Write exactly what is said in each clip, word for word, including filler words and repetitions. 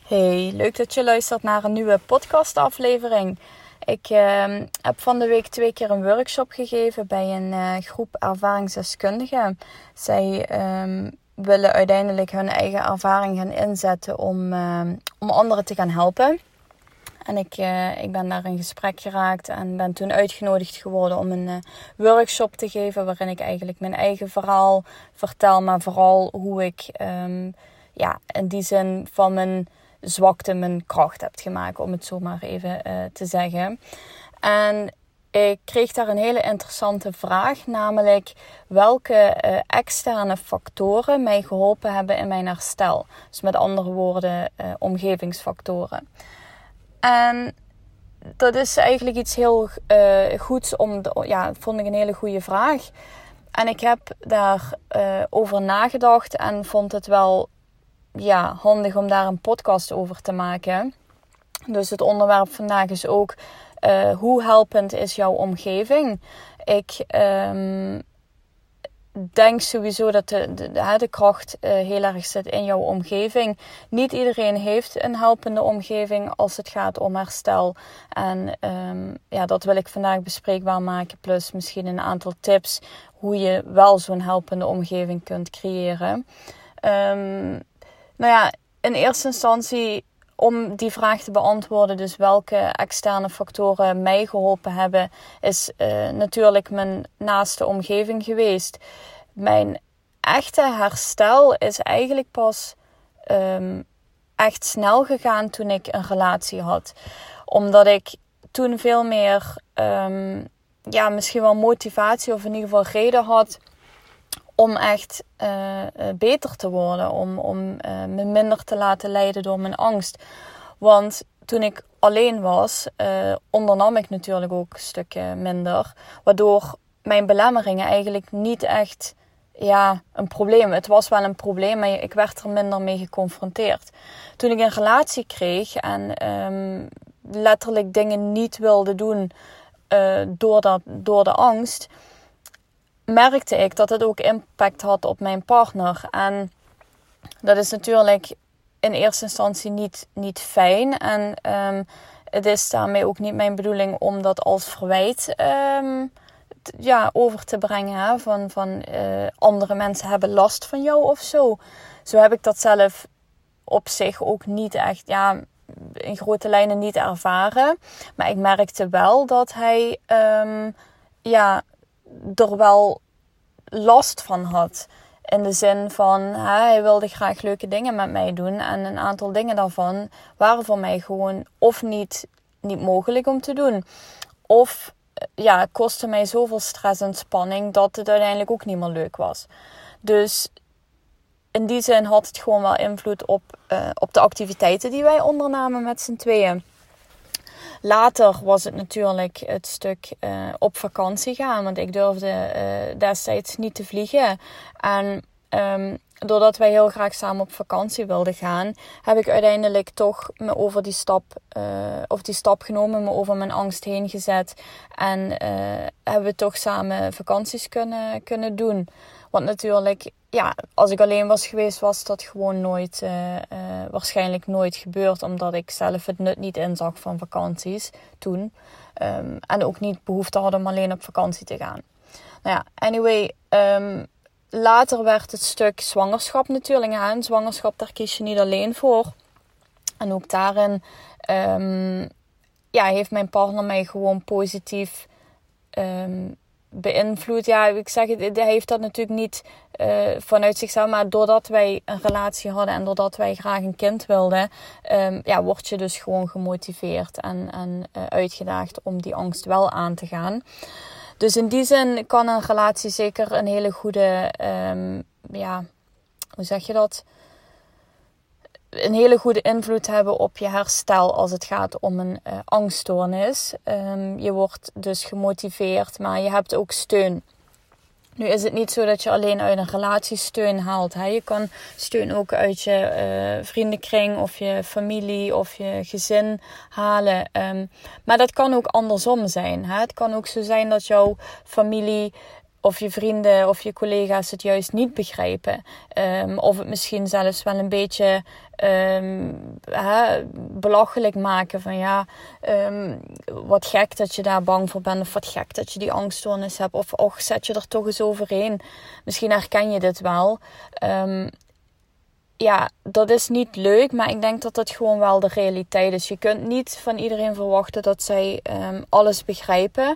Hey, leuk dat je luistert naar een nieuwe podcastaflevering. Ik uh, heb van de week twee keer een workshop gegeven bij een uh, groep ervaringsdeskundigen. Zij um, willen uiteindelijk hun eigen ervaring gaan inzetten om, uh, om anderen te gaan helpen. En ik, uh, ik ben daar in gesprek geraakt en ben toen uitgenodigd geworden om een uh, workshop te geven. Waarin ik eigenlijk mijn eigen verhaal vertel, maar vooral hoe ik um, ja, in die zin van mijn zwakte mijn kracht heb gemaakt, om het zo maar even uh, te zeggen. En ik kreeg daar een hele interessante vraag, namelijk welke uh, externe factoren mij geholpen hebben in mijn herstel. Dus met andere woorden, uh, omgevingsfactoren. En dat is eigenlijk iets heel uh, goeds, om de, ja, vond ik een hele goede vraag. En ik heb daar uh, over nagedacht en vond het wel ja, handig om daar een podcast over te maken. Dus het onderwerp vandaag is ook uh, hoe helpend is jouw omgeving? Ik um, denk sowieso dat de, de, de, de kracht uh, heel erg zit in jouw omgeving. Niet iedereen heeft een helpende omgeving als het gaat om herstel. En um, ja, dat wil ik vandaag bespreekbaar maken. Plus misschien een aantal tips hoe je wel zo'n helpende omgeving kunt creëren. Um, Nou ja, in eerste instantie om die vraag te beantwoorden, dus welke externe factoren mij geholpen hebben, is uh, natuurlijk mijn naaste omgeving geweest. Mijn echte herstel is eigenlijk pas um, echt snel gegaan toen ik een relatie had. Omdat ik toen veel meer, um, ja, misschien wel motivatie of in ieder geval reden had om echt uh, beter te worden. Om, om uh, me minder te laten leiden door mijn angst. Want toen ik alleen was, uh, ondernam ik natuurlijk ook een stukje minder. Waardoor mijn belemmeringen eigenlijk niet echt ja, een probleem. Het was wel een probleem, maar ik werd er minder mee geconfronteerd. Toen ik een relatie kreeg en um, letterlijk dingen niet wilde doen uh, door, dat, door de angst, merkte ik dat het ook impact had op mijn partner. En dat is natuurlijk in eerste instantie niet, niet fijn. En um, het is daarmee ook niet mijn bedoeling om dat als verwijt um, t- ja, over te brengen. Hè? Van, van uh, andere mensen hebben last van jou of zo. Zo heb ik dat zelf op zich ook niet echt, ja, in grote lijnen niet ervaren. Maar ik merkte wel dat hij um, ja, er wel last van had. In de zin van, hè, hij wilde graag leuke dingen met mij doen. En een aantal dingen daarvan waren voor mij gewoon of niet, niet mogelijk om te doen. Of ja, het kostte mij zoveel stress en spanning dat het uiteindelijk ook niet meer leuk was. Dus in die zin had het gewoon wel invloed op, uh, op de activiteiten die wij ondernamen met z'n tweeën. Later was het natuurlijk het stuk uh, op vakantie gaan. Want ik durfde uh, destijds niet te vliegen. En um, doordat wij heel graag samen op vakantie wilden gaan, heb ik uiteindelijk toch me over die stap, uh, of die stap genomen, me over mijn angst heen gezet. En uh, hebben we toch samen vakanties kunnen, kunnen doen. Want natuurlijk, ja, als ik alleen was geweest, was dat gewoon nooit, uh, uh, waarschijnlijk nooit gebeurd. Omdat ik zelf het nut niet inzag van vakanties toen. Um, en ook niet behoefte had om alleen op vakantie te gaan. Nou ja, anyway, um, later werd het stuk zwangerschap natuurlijk. Ja, en zwangerschap, daar kies je niet alleen voor. En ook daarin um, ja, heeft mijn partner mij gewoon positief Um, beïnvloed. Ja, ik zeg het, hij heeft dat natuurlijk niet uh, vanuit zichzelf, maar doordat wij een relatie hadden en doordat wij graag een kind wilden, um, ja, word je dus gewoon gemotiveerd en, en uh, uitgedaagd om die angst wel aan te gaan. Dus in die zin kan een relatie zeker een hele goede, um, ja, hoe zeg je dat? Een hele goede invloed hebben op je herstel als het gaat om een uh, angststoornis. Um, je wordt dus gemotiveerd, maar je hebt ook steun. Nu is het niet zo dat je alleen uit een relatie steun haalt. Hè? Je kan steun ook uit je uh, vriendenkring of je familie of je gezin halen. Um, maar dat kan ook andersom zijn. Hè? Het kan ook zo zijn dat jouw familie of je vrienden of je collega's het juist niet begrijpen. Um, of het misschien zelfs wel een beetje um, hè, belachelijk maken. Van ja, um, wat gek dat je daar bang voor bent. Of wat gek dat je die angststoornis hebt. Of och, zet je er toch eens overheen. Misschien herken je dit wel. Um, ja, dat is niet leuk. Maar ik denk dat dat gewoon wel de realiteit is. Je kunt niet van iedereen verwachten dat zij um, alles begrijpen.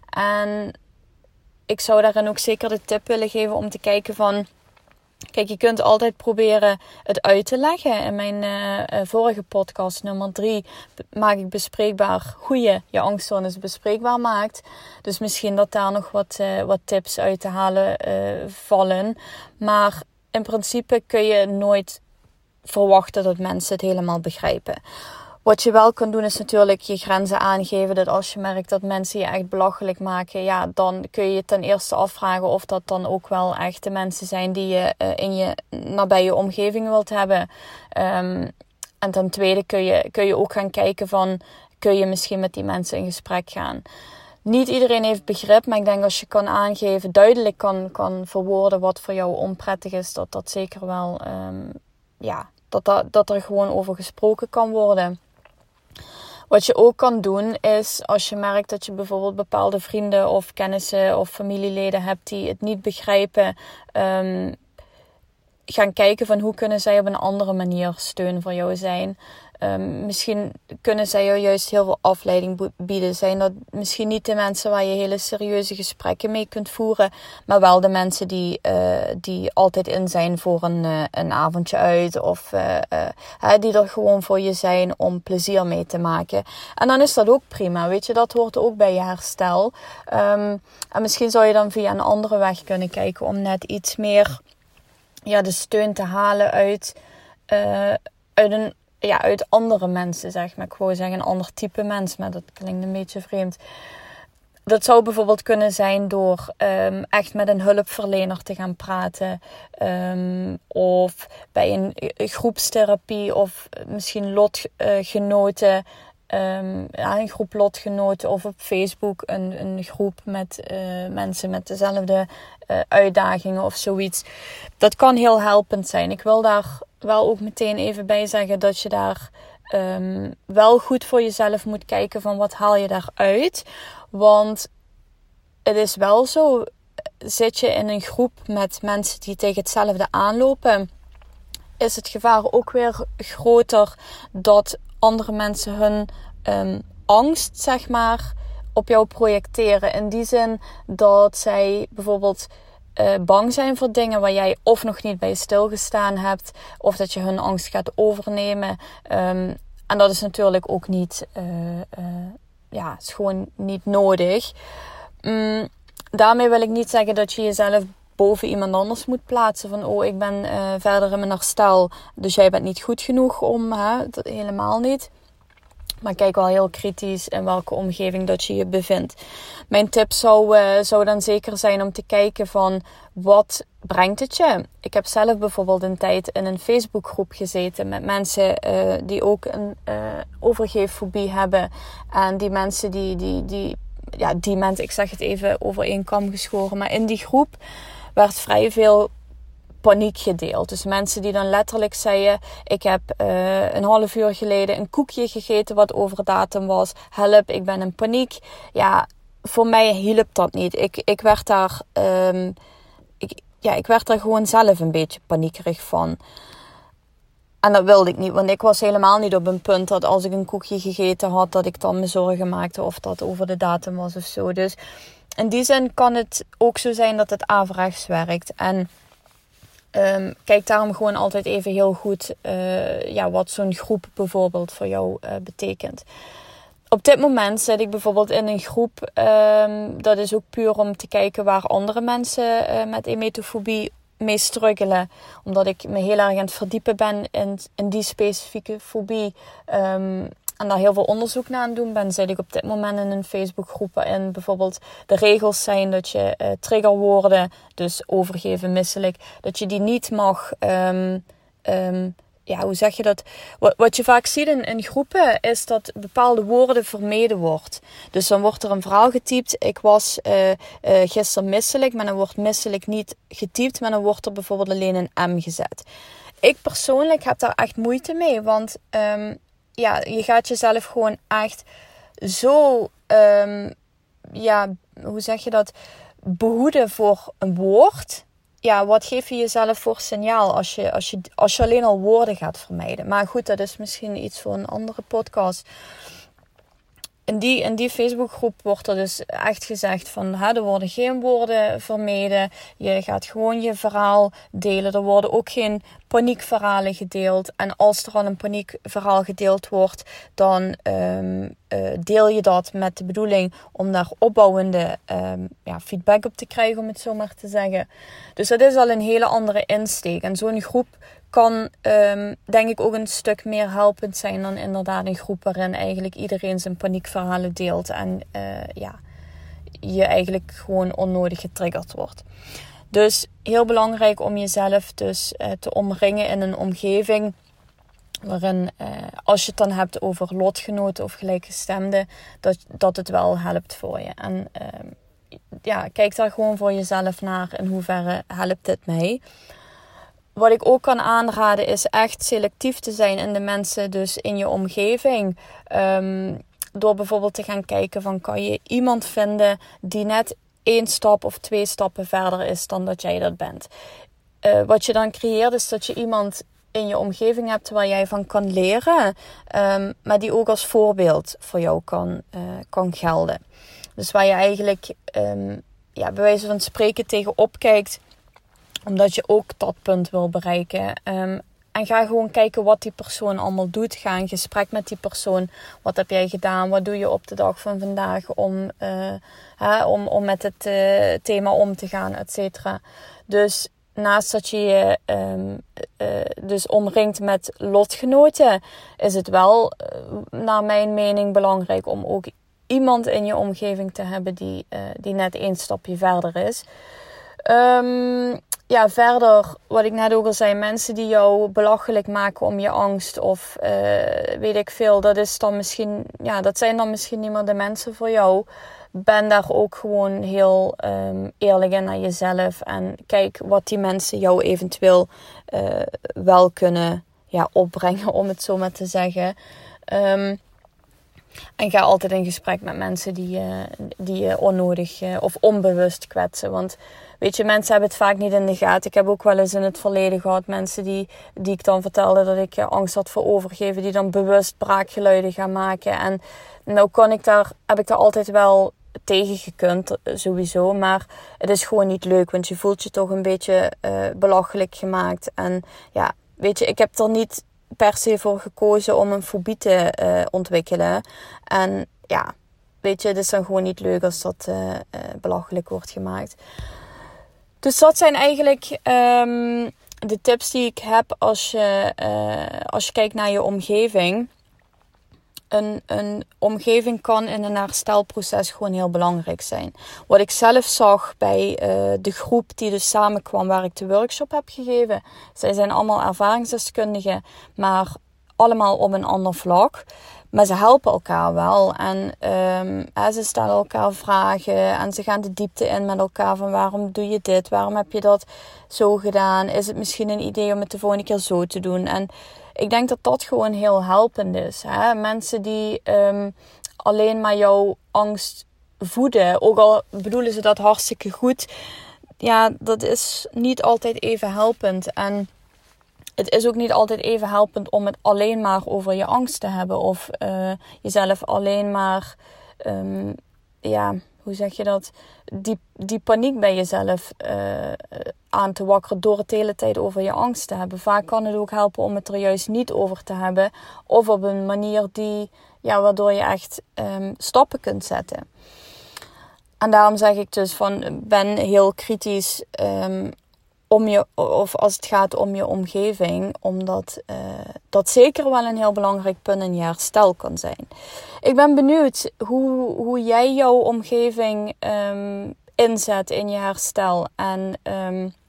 En ik zou daarin ook zeker de tip willen geven om te kijken van... Kijk, je kunt altijd proberen het uit te leggen. In mijn uh, vorige podcast, nummer drie, maak ik bespreekbaar hoe je je angststoornis bespreekbaar maakt. Dus misschien dat daar nog wat, uh, wat tips uit te halen uh, vallen. Maar in principe kun je nooit verwachten dat mensen het helemaal begrijpen. Wat je wel kan doen is natuurlijk je grenzen aangeven. Dat als je merkt dat mensen je echt belachelijk maken. Ja, dan kun je je ten eerste afvragen of dat dan ook wel echt de mensen zijn die je uh, in je nabije omgeving wilt hebben. Um, en ten tweede kun je, kun je ook gaan kijken van... Kun je misschien met die mensen in gesprek gaan. Niet iedereen heeft begrip. Maar ik denk als je kan aangeven, duidelijk kan, kan verwoorden wat voor jou onprettig is. Dat dat zeker wel... Um, ja, dat, dat, dat er gewoon over gesproken kan worden. Wat je ook kan doen is, als je merkt dat je bijvoorbeeld bepaalde vrienden of kennissen of familieleden hebt die het niet begrijpen, um, gaan kijken van hoe kunnen zij op een andere manier steun voor jou zijn. Um, misschien kunnen zij jou juist heel veel afleiding bieden. Zijn dat misschien niet de mensen waar je hele serieuze gesprekken mee kunt voeren. Maar wel de mensen die, uh, die altijd in zijn voor een, uh, een avondje uit. Of uh, uh, die er gewoon voor je zijn om plezier mee te maken. En dan is dat ook prima. Weet je, dat hoort ook bij je herstel. Um, en misschien zou je dan via een andere weg kunnen kijken om net iets meer ja, de steun te halen uit, uh, uit een... Ja, uit andere mensen, zeg maar. Ik wou zeggen een ander type mens, maar dat klinkt een beetje vreemd. Dat zou bijvoorbeeld kunnen zijn door um, echt met een hulpverlener te gaan praten. Um, of bij een groepstherapie of misschien lotgenoten. Um, ja, een groep lotgenoten of op Facebook een, een groep met uh, mensen met dezelfde uh, uitdagingen of zoiets. Dat kan heel helpend zijn. Ik wil daar wel ook meteen even bij zeggen dat je daar um, wel goed voor jezelf moet kijken van wat haal je daaruit. Want het is wel zo, zit je in een groep met mensen die tegen hetzelfde aanlopen, is het gevaar ook weer groter dat andere mensen hun um, angst, zeg maar, op jou projecteren. In die zin dat zij bijvoorbeeld uh, bang zijn voor dingen waar jij of nog niet bij stilgestaan hebt, of dat je hun angst gaat overnemen. Um, en dat is natuurlijk ook niet, uh, uh, ja, is gewoon niet nodig. Um, daarmee wil ik niet zeggen dat je jezelf boven iemand anders moet plaatsen. Van, oh, ik ben uh, verder in mijn herstel, dus jij bent niet goed genoeg om, hè? Dat helemaal niet. Maar kijk wel heel kritisch in welke omgeving dat je je bevindt. Mijn tip zou, uh, zou dan zeker zijn om te kijken van, wat brengt het je? Ik heb zelf bijvoorbeeld een tijd in een Facebookgroep gezeten met mensen uh, die ook een uh, overgeeffobie hebben. En die mensen die, die, die, ja, die mensen, ik zeg het even over één kam geschoren, maar in die groep werd vrij veel paniek gedeeld. Dus mensen die dan letterlijk zeiden, ik heb uh, een half uur geleden een koekje gegeten wat over datum was. Help, ik ben in paniek. Ja, voor mij hielp dat niet. Ik, ik werd daar, um, ik, ja, ik werd daar gewoon zelf een beetje paniekerig van. En dat wilde ik niet, want ik was helemaal niet op een punt dat als ik een koekje gegeten had, dat ik dan me zorgen maakte of dat over de datum was of zo. Dus in die zin kan het ook zo zijn dat het averechts werkt. En Um, kijk daarom gewoon altijd even heel goed uh, ja, wat zo'n groep bijvoorbeeld voor jou uh, betekent. Op dit moment zit ik bijvoorbeeld in een groep. Um, dat is ook puur om te kijken waar andere mensen uh, met emetofobie mee struggelen. Omdat ik me heel erg aan het verdiepen ben in, in die specifieke fobie. Um, en daar heel veel onderzoek naar aan het doen ben, zit ik op dit moment in een Facebookgroep waarin bijvoorbeeld de regels zijn dat je uh, triggerwoorden, dus overgeven, misselijk, dat je die niet mag, um, um, ja, hoe zeg je dat? Wat, wat je vaak ziet in, in groepen is dat bepaalde woorden vermeden wordt. Dus dan wordt er een verhaal getypt. Ik was uh, uh, gisteren misselijk, maar dan wordt misselijk niet getypt, maar dan wordt er bijvoorbeeld alleen een M gezet. Ik persoonlijk heb daar echt moeite mee, want um, ja, je gaat jezelf gewoon echt zo, um, ja, hoe zeg je dat, behoeden voor een woord. Ja, wat geef je jezelf voor signaal als je, als je, als je alleen al woorden gaat vermijden? Maar goed, dat is misschien iets voor een andere podcast. In die, in die Facebookgroep wordt er dus echt gezegd van, hè, er worden geen woorden vermeden. Je gaat gewoon je verhaal delen. Er worden ook geen paniekverhalen gedeeld. En als er al een paniekverhaal gedeeld wordt, dan um, uh, deel je dat met de bedoeling om daar opbouwende um, ja, feedback op te krijgen, om het zo maar te zeggen. Dus dat is al een hele andere insteek. En zo'n groep kan um, denk ik ook een stuk meer helpend zijn dan inderdaad een groep waarin eigenlijk iedereen zijn paniekverhalen deelt en uh, ja, je eigenlijk gewoon onnodig getriggerd wordt. Dus heel belangrijk om jezelf dus uh, te omringen in een omgeving waarin, uh, als je het dan hebt over lotgenoten of gelijkgestemden, dat, dat het wel helpt voor je. En uh, ja, kijk daar gewoon voor jezelf naar in hoeverre helpt dit mij. Wat ik ook kan aanraden is echt selectief te zijn in de mensen dus in je omgeving. Um, door bijvoorbeeld te gaan kijken van, kan je iemand vinden die net één stap of twee stappen verder is dan dat jij dat bent. Uh, wat je dan creëert is dat je iemand in je omgeving hebt waar jij van kan leren. Um, maar die ook als voorbeeld voor jou kan, uh, kan gelden. Dus waar je eigenlijk um, ja, bij wijze van spreken tegenop kijkt, omdat je ook dat punt wil bereiken. Um, en ga gewoon kijken wat die persoon allemaal doet. Ga in gesprek met die persoon. Wat heb jij gedaan? Wat doe je op de dag van vandaag om, uh, hè, om, om met het uh, thema om te gaan, et cetera. Dus naast dat je je um, uh, dus omringt met lotgenoten, is het wel, uh, naar mijn mening, belangrijk om ook iemand in je omgeving te hebben die, uh, die net één stapje verder is. Um, ja, verder, wat ik net ook al zei, mensen die jou belachelijk maken om je angst of uh, weet ik veel, dat is dan misschien, ja, dat zijn dan misschien niet meer de mensen voor jou. Ben daar ook gewoon heel um, eerlijk in naar jezelf en kijk wat die mensen jou eventueel uh, wel kunnen ja, opbrengen, om het zo maar te zeggen. Um, En ga altijd in gesprek met mensen die je, die je onnodig uh, of onbewust kwetsen. Want weet je, mensen hebben het vaak niet in de gaten. Ik heb ook wel eens in het verleden gehad mensen die, die ik dan vertelde dat ik uh, angst had voor overgeven. Die dan bewust braakgeluiden gaan maken. En nou kan ik daar, heb ik daar altijd wel tegen gekund, sowieso. Maar het is gewoon niet leuk. Want je voelt je toch een beetje uh, belachelijk gemaakt. En ja, weet je, ik heb er niet per se voor gekozen om een fobie te uh, ontwikkelen. En ja, weet je, het is dan gewoon niet leuk als dat uh, uh, belachelijk wordt gemaakt. Dus dat zijn eigenlijk um, de tips die ik heb als je, uh, als je kijkt naar je omgeving. Een, een omgeving kan in een herstelproces gewoon heel belangrijk zijn. Wat ik zelf zag bij uh, de groep die dus samenkwam waar ik de workshop heb gegeven. Zij zijn allemaal ervaringsdeskundigen, maar allemaal op een ander vlak. Maar ze helpen elkaar wel. En um, hè, ze stellen elkaar vragen. En ze gaan de diepte in met elkaar. Van waarom doe je dit? Waarom heb je dat zo gedaan? Is het misschien een idee om het de volgende keer zo te doen? En ik denk dat dat gewoon heel helpend is. Hè? Mensen die um, alleen maar jouw angst voeden. Ook al bedoelen ze dat hartstikke goed. Ja, dat is niet altijd even helpend. En het is ook niet altijd even helpend om het alleen maar over je angst te hebben. Of uh, jezelf alleen maar, um, ja, hoe zeg je dat? Die, die paniek bij jezelf uh, aan te wakkeren door het de hele tijd over je angst te hebben. Vaak kan het ook helpen om het er juist niet over te hebben. Of op een manier die, ja, waardoor je echt um, stappen kunt zetten. En daarom zeg ik dus van, ben heel kritisch um, om je, of als het gaat om je omgeving, omdat uh, dat zeker wel een heel belangrijk punt in je herstel kan zijn. Ik ben benieuwd hoe, hoe jij jouw omgeving um, inzet in je herstel. En um,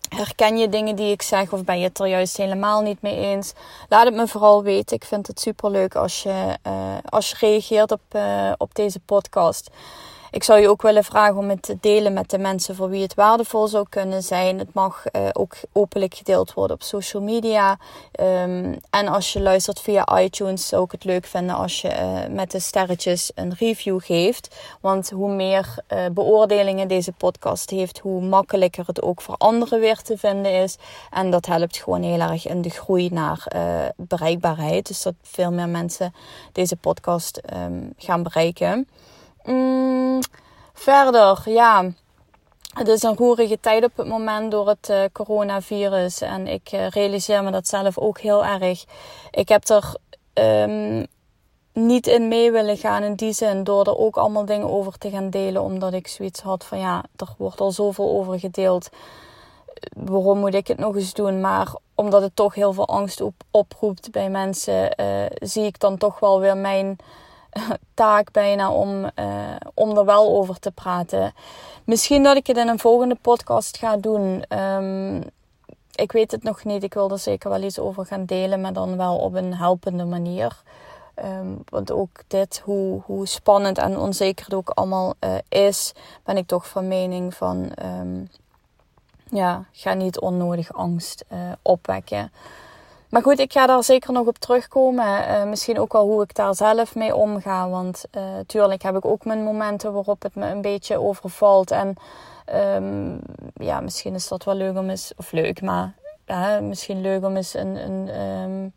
Herken je dingen die ik zeg of ben je het er juist helemaal niet mee eens? Laat het me vooral weten. Ik vind het superleuk als je, uh, als je reageert op, uh, op deze podcast. Ik zou je ook willen vragen om het te delen met de mensen voor wie het waardevol zou kunnen zijn. Het mag uh, ook openlijk gedeeld worden op social media. Um, en als je luistert via iTunes zou ik het leuk vinden als je uh, met de sterretjes een review geeft. Want hoe meer uh, beoordelingen deze podcast heeft, hoe makkelijker het ook voor anderen weer te vinden is. En dat helpt gewoon heel erg in de groei naar uh, bereikbaarheid. Dus dat veel meer mensen deze podcast um, gaan bereiken. Mm, verder, ja, het is een roerige tijd op het moment door het uh, coronavirus. En ik uh, realiseer me dat zelf ook heel erg. Ik heb er um, niet in mee willen gaan in die zin. Door er ook allemaal dingen over te gaan delen. Omdat ik zoiets had van ja, er wordt al zoveel over gedeeld. Waarom moet ik het nog eens doen? Maar omdat het toch heel veel angst op, oproept bij mensen. Uh, zie ik dan toch wel weer mijn taak bijna om, uh, om er wel over te praten. Misschien dat ik het in een volgende podcast ga doen. Um, ik weet het nog niet. Ik wil er zeker wel iets over gaan delen. Maar dan wel op een helpende manier. Um, want ook dit, hoe, hoe spannend en onzeker het ook allemaal uh, is. Ben ik toch van mening van Um, ja, ga niet onnodig angst uh, opwekken. Maar goed, ik ga daar zeker nog op terugkomen. Uh, misschien ook wel hoe ik daar zelf mee omga. Want uh, tuurlijk heb ik ook mijn momenten waarop het me een beetje overvalt. En um, ja, misschien is dat wel leuk om eens... Of leuk, maar uh, misschien leuk om eens een, een, um,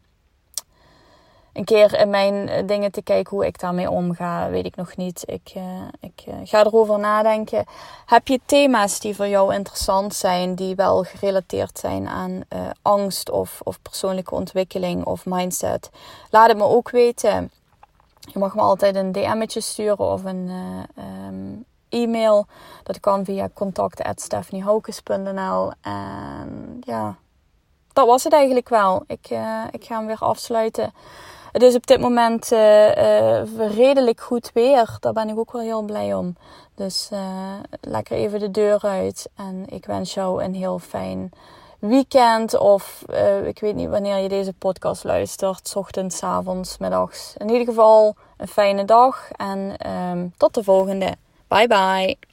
een keer in mijn dingen te kijken hoe ik daarmee omga. Weet ik nog niet. Ik, uh, ik uh, ga erover nadenken. Heb je thema's die voor jou interessant zijn, die wel gerelateerd zijn aan uh, angst of, of persoonlijke ontwikkeling of mindset? Laat het me ook weten. Je mag me altijd een D M'tje sturen of een uh, um, e-mail. Dat kan via contact at stephanie haukes punt n l. En ja, dat was het eigenlijk wel. Ik, uh, ik ga hem weer afsluiten. Het is op dit moment uh, uh, redelijk goed weer. Daar ben ik ook wel heel blij om. Dus uh, lekker even de deur uit. En ik wens jou een heel fijn weekend. Of uh, ik weet niet wanneer je deze podcast luistert. 's Ochtends, 's avonds, 's middags. In ieder geval een fijne dag. En um, tot de volgende. Bye bye.